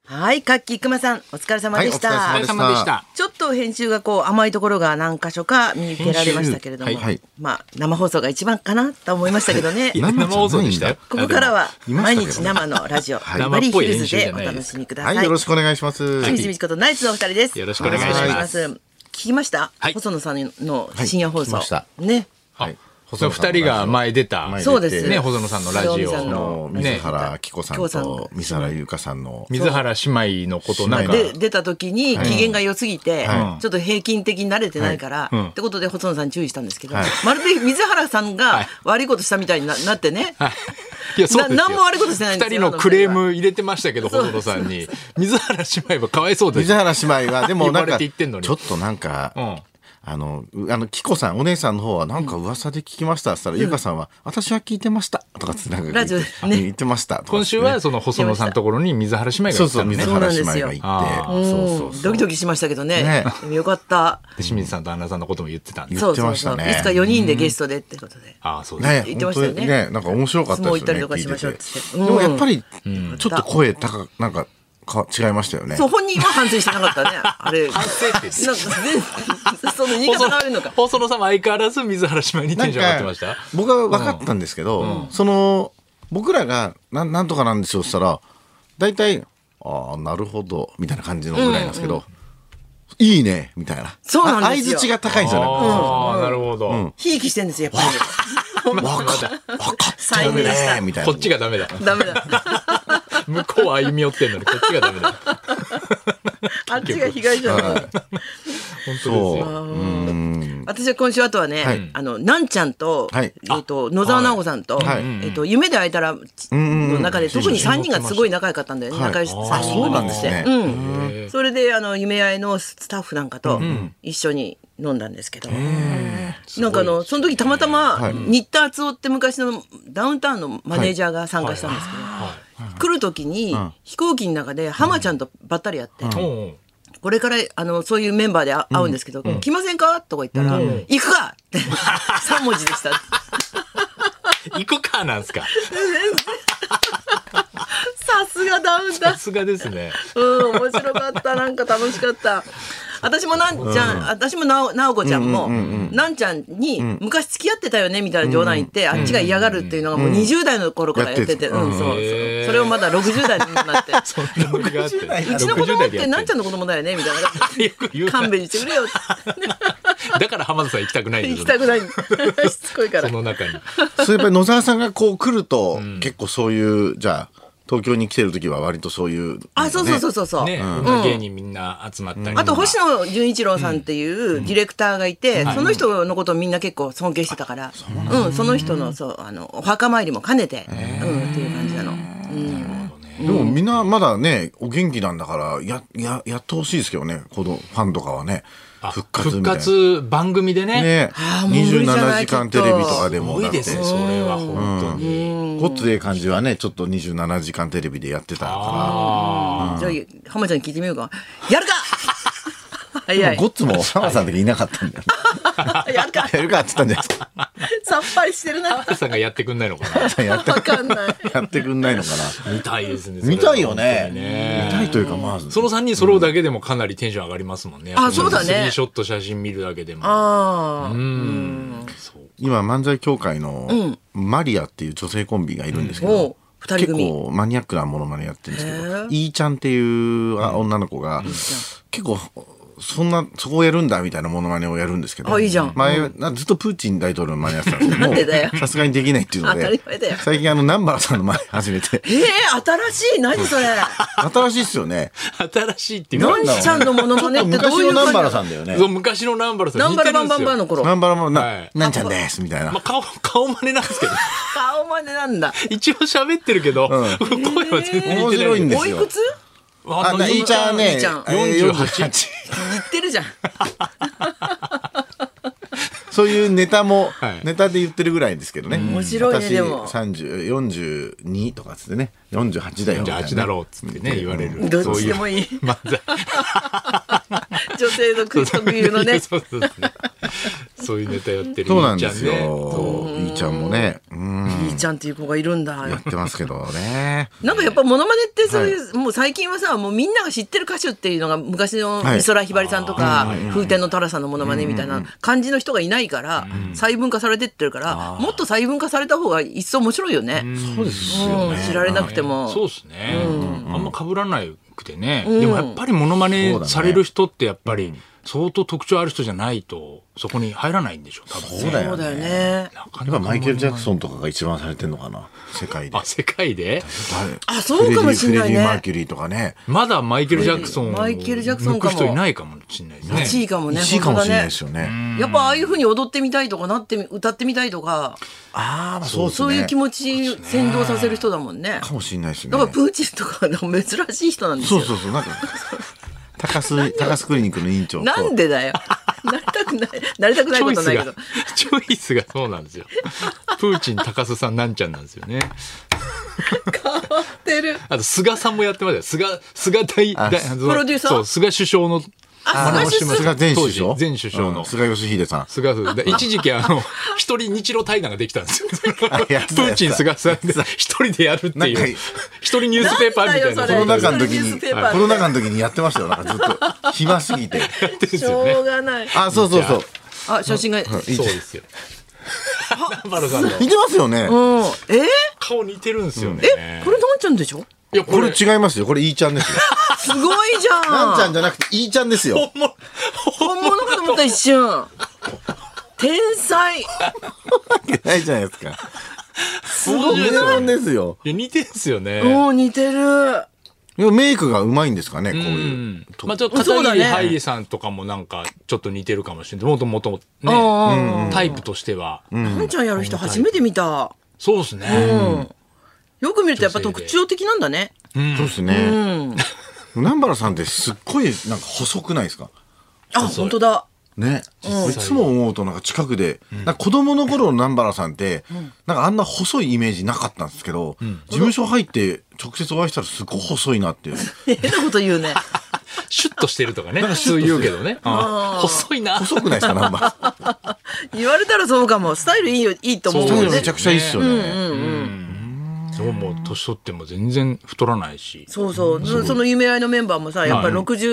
はい、カッキーくまさん、お疲れ様でした。 お疲れ様でした。 ちょっと編集が甘いところが何箇所か見受けられましたけれども、まあ生放送が一番かなと思いましたけどね。 生放送でしたよ。 ここからは毎日生のラジオ、バリヒルズでお楽しみください。 よろしくお願いします。 清水美智子とナイツのお二人です。 よろしくお願いします。 聞きました？細野さんの深夜放送。ね。 その二人が前出た、 そうですね、細野さんのラジオ、 水原希子さんと水原優香さんの水原姉妹のことなんかで出た時に機嫌が良すぎて、ちょっと平均的に慣れてないから、ってことで細野さんに注意したんですけど、まるで水原さんが悪いことしたみたいになってね。 いや、そうですよ。 何も悪いことしてないんですよ。 二人のクレーム入れてましたけど、細野さんに水原姉妹はかわいそうです。 水原姉妹はでもなんかちょっとなんか。紀子さんお姉さんの方はなんか噂で聞きましたって言ったら、ゆかさんは私は聞いてましたとかってなんかラジオ言ってました。 今週はその細野さんのところに水原姉妹が行ったのね。 水原姉妹が行って、 ドキドキしましたけどね。よかった。 清水さんとアンナさんのことも言ってたんで。 言ってましたね。 いつか4人でゲストでってことで。 ああ、そうですね。言ってましたよね。 なんか面白かったですよね。 相撲行ったりとかしましょうって。 でもやっぱりちょっと声高なんか違いましたよね。 そう、本人は反省してなかったね。あれ。 反省って。 なんかその言い方が悪いのか。 細野さんは相変わらず水原姉妹にテンション上がってました。 僕は分かったんですけど、その僕らがなんとかなんでしょうって言ったら、大体ああなるほどみたいな感じのぐらいなんですけど、いいねみたいな。 そうなんですよ。 相槌が高いんじゃなくて。 ああなるほど。 ひいきしてんですよやっぱり。 分かったねみたいな。 こっちがダメだ。 ダメだ。 向こうは歩み寄ってんのにこっちがダメだ。 あっちが被害者だ。 本当ですよ。 私は今週あとはね、なんちゃんと野沢直子さんと夢で会えたらの中で特に3人がすごい仲良かったんだよね。仲良し3人そうなんですね。 それで夢会のスタッフなんかと一緒に飲んだんですけど、なんかその時たまたま新田敦夫って昔のダウンタウンのマネージャーが参加したんですけど、来る時に飛行機の中で浜ちゃんとばったり会って、これからそういうメンバーで会うんですけど、来ませんかとか言ったら、行くかって3文字でした。 行くかなんすか。 さすがダウンタウン。 さすがですね。 面白かった。なんか楽しかった。私もなんちゃん、私もなおこちゃんも、なんちゃんに昔付き合ってたよねみたいな冗談言って、あっちが嫌がるっていうのがもう20代の頃からやってて、それをまだ60代になって、うちの子供ってなんちゃんの子供だよねみたいな。勘弁してくれよって。 だから浜田さん行きたくないんですよ。行きたくない。しつこいから。 その中に。 そうやっぱり野沢さんがこう来ると、結構そういうじゃあ。東京に来てる時は割とそういう、 そうね、芸人みんな集まったり、 あと星野純一郎さんっていうディレクターがいて、その人のことをみんな結構尊敬してたから、その人のお墓参りも兼ねて、っていう感じなの。 でもみんなまだねお元気なんだからやってほしいですけどね、このファンとかはね。 復活番組でね。 27時間テレビとかでも。 すごいですね、それは本当に。 ごっつええ感じはね、ちょっと27時間テレビでやってたから。 じゃあ、浜ちゃんに聞いてみようか。やるか早い。 ごっつも浜さんだけいなかったんだよ。 やるかって言ったんじゃないですか。 さっぱりしてるな。 浜さんがやってくんないのかな。 わかんない。 やってくんないのかな。 見たいですね。 見たいよね。見たいというかまず。 その3人揃うだけでもかなりテンション上がりますもんね。 あ、そうだね。 スリーショット写真見るだけでも。 今漫才協会のマリアっていう女性コンビがいるんですけど。結構マニアックなものまねやってるんですけど、いーちゃんっていう女の子が結構そこをやるんだみたいなモノマネをやるんですけど、 いいじゃん。 前ずっとプーチン大統領の真似やってたんですけど、もうさすがにできないっていうので、最近南原さんの真似始めて。 新しい。何それ。 新しいっすよね。 新しいっていうか。なんちゃんのモノマネってどういう昔の南原さんだよね。 昔の南原さん。 南原バンバンバンの頃。 南原もなんちゃんですみたいな。 顔真似なんですけど。 顔真似なんだ。 一応喋ってるけど、声は全然面白いんですよ。 おいくつ？ いーちゃんね、 48。 言ってるじゃん。 そういうネタも、ネタで言ってるぐらいですけどね。 面白いね、でも。 42とかつってね、48だよ。 48だろうっつってね、言われる。 どっちでもいい。女性の特有のね。 そういうネタやってる。 そうなんですよ。いーちゃんもね。 いーちゃんっていう子がいるんだ。 やってますけどね。 なんかやっぱモノマネってそういう、もう最近はさ、もうみんなが知ってる歌手っていうのが昔の美空ひばりさんとか、風天のタラさんのモノマネみたいな感じの人がいないから、細分化されてってるから、もっと細分化された方が一層面白いよね。 そうですよね。 知られなくても。 そうですね。あんま被らないくてね。でもやっぱりモノマネされる人ってやっぱり相当特徴ある人じゃないとそこに入らないんでしょ多分。 そうだよそうだよね。 ね。 今マイケル・ジャクソンとかが一番されてるのかな、世界で。 あ、世界であ、そうかもしれないね。 フレディ・マーキュリーとかね。 まだマイケル・ジャクソンをマイケルジャクソン抜かもく人いないかもしれないですね。 1位かもね。 1位かもしれないで本すよね。 当だね。やっぱああいう風に踊ってみたいとか歌ってみたいとか、 ああ、そうですね。 そういう気持ち先導させる人だもんね。 かもしれないですね。 だからプーチンとかなんか珍しい人なんですよ。 そうなんか高須クリニックの院長と。 なんでだよ。なりたくないことないけど。 チョイスがそうなんですよ。プーチン高須さんなんちゃんなんですよね。 変わってる。 あと菅さんもやってましたよ。菅プロデューサー。 そう、菅首相の菅前首相。 前首相の菅義偉さん。 菅一時期一人日露対談ができたんですよ。プーチン菅さんで一人でやるっていう一人ニュースペーパーみたいな。 コロナ禍の時にやってましたよ。なんかずっと暇すぎて。 しょうがない。 あ、そう。 あ、写真が。 そうですよ。南原さんの似てますよね。 顔似てるんですよね。 これなんちゃんでしょ？ いやこれ違いますよ。これいーちゃんですよ。 すごいじゃん。 なんちゃんじゃなくていーちゃんですよ。 本物かと思った一瞬。天才。 ないじゃないですか。 すごいなんですよ。 いや似てんすよね。 もう似てる。 メイクがうまいんですかね、こういう。 まあちょっと片桐はいりさんとかもなんかちょっと似てるかもしれない。もともとね、タイプとしては。 なんちゃんやる人初めて見た。 そうですね。 よく見るとやっぱ特徴的なんだね。 そうですね。南原さんってすっごいなんか細くないですか？ あ、本当だ。 ね、いつも思うとなんか近くで、なんか子供の頃の南原さんって、なんかあんな細いイメージなかったんですけど、事務所入って直接お会いしたらすごい細いなっていう。 変なこと言うね。 シュッとしてるとかね、普通言うけどね。細いな。 細くないですか、南原さん。 言われたらそうかも。スタイルいいと思う。 スタイルめちゃくちゃいいっすよね。 そうもう年取っても全然太らないし。 そうその夢合いのメンバーもさ、やっぱり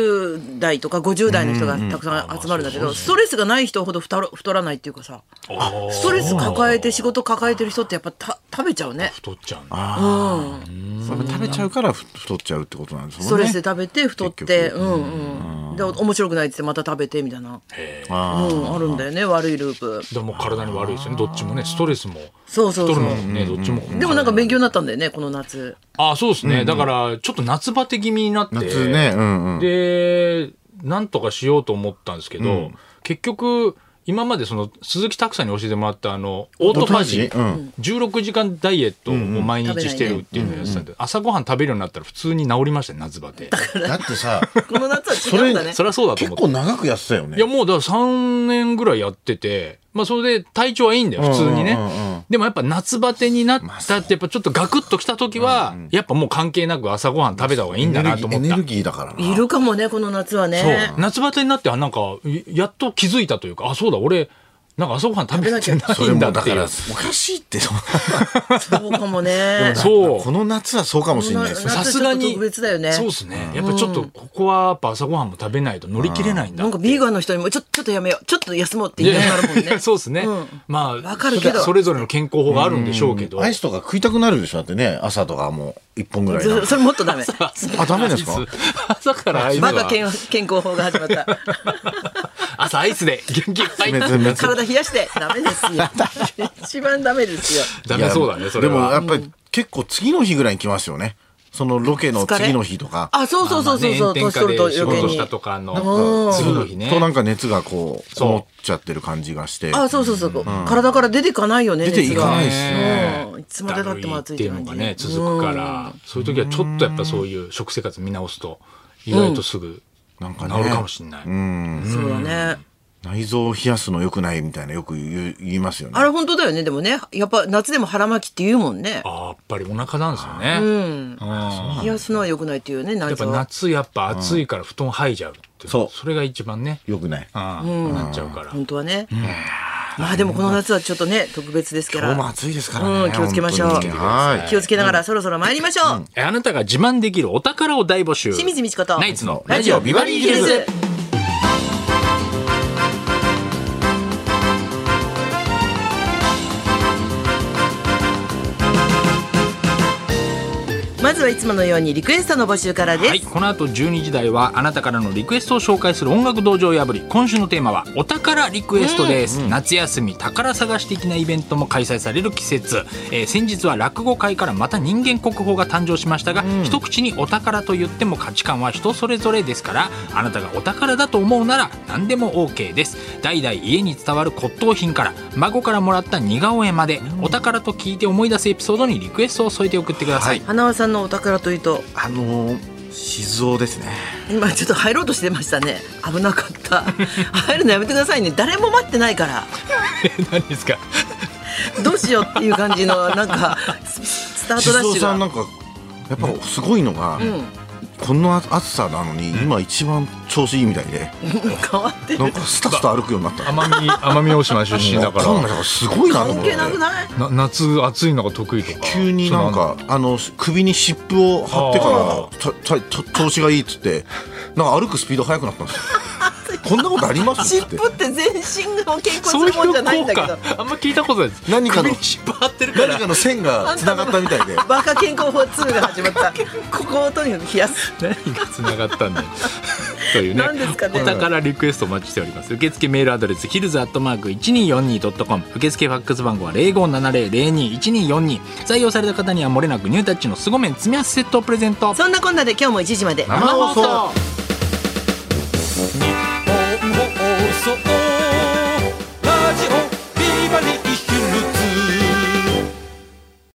60代とか50代の人がたくさん集まるんだけど、ストレスがない人ほど太らないっていうかさ、ストレス抱えて仕事抱えてる人ってやっぱ食べちゃうね。 太っちゃうんだ。食べちゃうから太っちゃうってことなんですもんね。 ストレスで食べて太って、で面白くないって言ってまた食べてみたいな、あるんだよね、悪いループ。 でも体に悪いですよね、どっちもね。ストレスも太るのもね、どっちも。 でもなんか勉強になったんだよね、この夏。 あ、そうですね。だからちょっと夏バテ気味になって、 夏ね、 でなんとかしようと思ったんですけど、結局今までその鈴木拓さんに教えてもらったオートファジー、16時間ダイエットを毎日してるっていうのをやってたんで、朝ごはん食べるようになったら普通に治りましたね、夏バテ。 だってさ、 この夏は違うんだね。 それはそうだと思って。 結構長くやってたよね。 いやもうだから3年ぐらいやってて、まあそれで体調はいいんだよ、普通にね。でもやっぱ夏バテになったってやっぱちょっとガクッときた時は、やっぱもう関係なく朝ごはん食べた方がいいんだなと思った。 エネルギーだからな。 いるかもね、この夏はね。 そう。夏バテになってなんかやっと気づいたというか、あ、そうだ、俺なんか朝ごはん食べなきゃないんだっていう。 おかしいってそうかもね。 そう。 この夏はそうかもしれないですね。 さすがに。 特別だよね。 そうですね。やっぱちょっとここはやっぱ朝ごはんも食べないと乗り切れないんだ。 なんかビーガンの人にもちょっとやめよう、ちょっと休もうって言いたくなるもんね。 そうですね。まあわかるけど、 それぞれの健康法があるんでしょうけど。 アイスとか食いたくなるでしょ、だってね、朝とかもう1本ぐらい。 それもっとダメ。 あ、ダメですか？ 朝からアイスは。 まだ健康法が始まった。 朝アイスで元気いっぱい。 体冷やしてダメですよ。一番ダメですよ。 ダメそうだね、それは。 でもやっぱり結構次の日ぐらいに来ますよね。そのロケの次の日とか。 あ、そう。 炎天下で仕事したとかの次の日ね。 となんか熱がこうこもっちゃってる感じがして。 あ、そう。体から出ていかないよね。 出ていかないですね。いつまでだっても暑いっていうのがね続くから、そういう時はちょっとやっぱそういう食生活見直すと意外とすぐ治るかもしれない。 そうだね。 内臓を冷やすの良くないみたいなよく言いますよね。 あれ本当だよね。でもね、やっぱ夏でも腹巻きって言うもんね。 あ、やっぱりお腹なんですよね。 冷やすのは良くないっていうね。 やっぱ夏やっぱ暑いから布団剥いじゃうって。それが一番ね良くない。 なっちゃうから。 本当はね。 まあでもこの夏はちょっとね特別ですから今日も暑いですからね、 気をつけましょう。気をつけながらそろそろ参りましょう。 あなたが自慢できるお宝を大募集。 清水美智子とナイツのラジオビバリーヒルズ。 まずはいつものようにリクエストの募集からです。 はい、この後12時台はあなたからのリクエストを紹介する音楽道場破り。今週のテーマはお宝リクエストです、夏休み宝探し的なイベントも開催される季節、先日は落語会からまた人間国宝が誕生しましたが、一口にお宝と言っても価値観は人それぞれですから、あなたがお宝だと思うなら何でも OK です。代々家に伝わる骨董品から孫からもらった似顔絵まで、お宝と聞いて思い出すエピソードにリクエストを添えて送ってください。 花輪さんのお宝というと静雄ですね。 今ちょっと入ろうとしてましたね。危なかった入るのやめてくださいね。誰も待ってないから何ですかどうしようっていう感じのなんかスタートダッシュが。 静雄さんなんかやっぱすごいのが、こんな暑さなのに今一番調子いいみたいで、 変わってる。 なんかスタスタ歩くようになった。 奄美大島出身だからわかんないからすごいなと思って。 関係なくない？ 夏暑いのが得意とか。 急になんか首に湿布を貼ってから調子がいいっつってなんか歩くスピード速くなったんですよこんなことあります湿布って全身を健康するもんじゃないんだけど、 あんま聞いたことないです。 何かの首に湿布貼ってるから何かの線がつながったみたいでバカ健康法2が始まったここをとにかく冷やす。 何がつながったんだよというね。 何ですかね。 お宝リクエストお待ちしております。受付メールアドレスhills@1242.com、 受付ファックス番号は 0570021242。 採用された方にはもれなくニュータッチの凄麺詰め合わせセットをプレゼント。 そんなこんなで今日も1時まで生放送。 日本放送